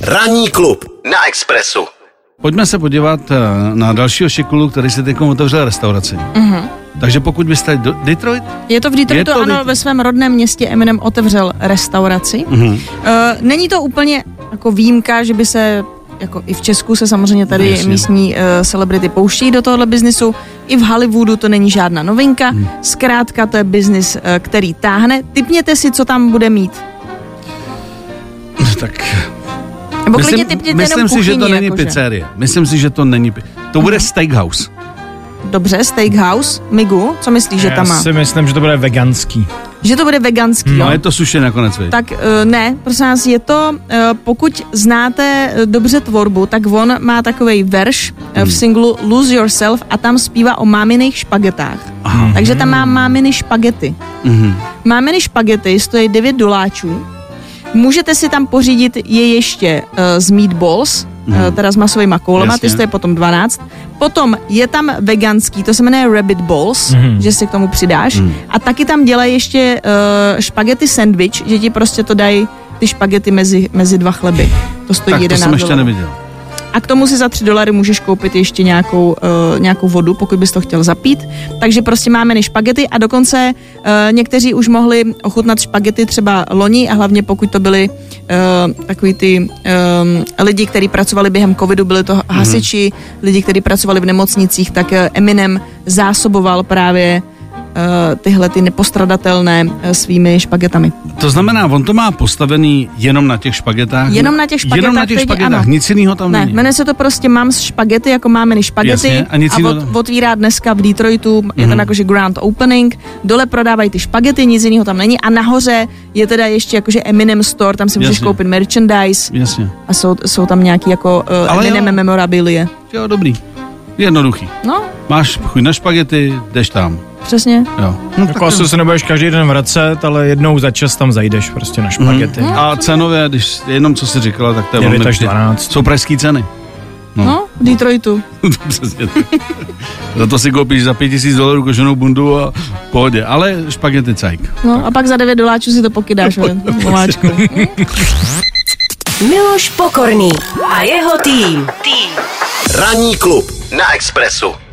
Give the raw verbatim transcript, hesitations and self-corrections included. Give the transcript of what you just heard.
Ranní klub na Expressu. Pojďme se podívat na dalšího šikulu, který si teď otevřel restauraci. Mm-hmm. Takže pokud byste do Detroit? Je to v Detroitu, to ano, Detroit. Ve svém rodném městě Eminem otevřel restauraci. Mm-hmm. Uh, není to úplně jako výjimka, že by se, jako i v Česku se samozřejmě tady Jasně. místní uh, celebrity pouští do tohohle biznisu. I v Hollywoodu to není žádná novinka. Mm. Zkrátka to je biznis, uh, který táhne. Tipněte si, co tam bude mít. Tak... Nebo myslím, myslím si, kuchyni, že to není jakože. pizzerie. Myslím si, že to není... To bude steakhouse. Dobře, steakhouse. Migu, co myslíš, že tam má? Já si myslím, že to bude veganský. Že to bude veganský, hmm. jo? No je to suši nakonec, vy. Tak uh, ne, prosím vás, je to, uh, pokud znáte uh, dobře tvorbu, tak on má takovej verš uh, hmm. v singlu Lose Yourself a tam zpívá o máminých špagetách. Aha. Takže tam má máminy špagety. Hmm. Máminy špagety stojí devět doláčů. Můžete si tam pořídit je ještě uh, z meatballs, hmm. uh, teda s masovýma koulema, ty stojí potom dvanáct. Potom je tam veganský, to se jmenuje rabbit balls, hmm. že si k tomu přidáš. Hmm. A taky tam dělají ještě uh, špagety sandwich, že ti prostě to dají ty špagety mezi, mezi dva chleby. To stojí tak jedenáct to jsem ještě dolarů. neviděl. A k tomu si za tři dolary můžeš koupit ještě nějakou, uh, nějakou vodu, pokud bys to chtěl zapít. Takže prostě máme než špagety a dokonce uh, někteří už mohli ochutnat špagety třeba loni a hlavně pokud to byli uh, takový ty um, lidi, kteří pracovali během covidu, byli to hasiči, mm-hmm. lidi, kteří pracovali v nemocnicích, tak uh, Eminem zásoboval právě uh, tyhle ty nepostradatelné uh, svými špagetami. To znamená, on to má postavený jenom na těch špagetách? Jenom na těch špagetách. Jenom na těch špagetách, ano. Nic jiného tam ne, není. Jmenuje se to prostě Mom's špagety, jako máminy špagety. Jasně, a, nic a od, otvírá dneska v Detroitu, mm-hmm. je to jakože grand opening, dole prodávají ty špagety, nic jiného tam není a nahoře je teda ještě jakože Eminem Store, tam si můžeš Jasně. koupit merchandise. Jasně. A jsou, jsou tam nějaký jako uh, Eminem jo. memorabilie. Jo, dobrý. Jednoduchý. No. Máš chuť na špagety, jdeš tam. Přesně. Jo. No, jako asi se nebudeš každý den vracet, ale jednou za čas tam zajdeš prostě na špagety. Mm. A cenově, když jenom co jsi říkala, tak to je velmi až dvanáct. Jsou pražský ceny. No, no v Detroitu. Přesně. Za to si koupíš za pět tisíc dolarů koženou bundu a v pohodě. Ale špagety cajk. No tak. A pak za devět doláčů si to pokydáš ve voláčku. Miloš Pokorný a jeho tým. Tým. Ranní klub na Expressu.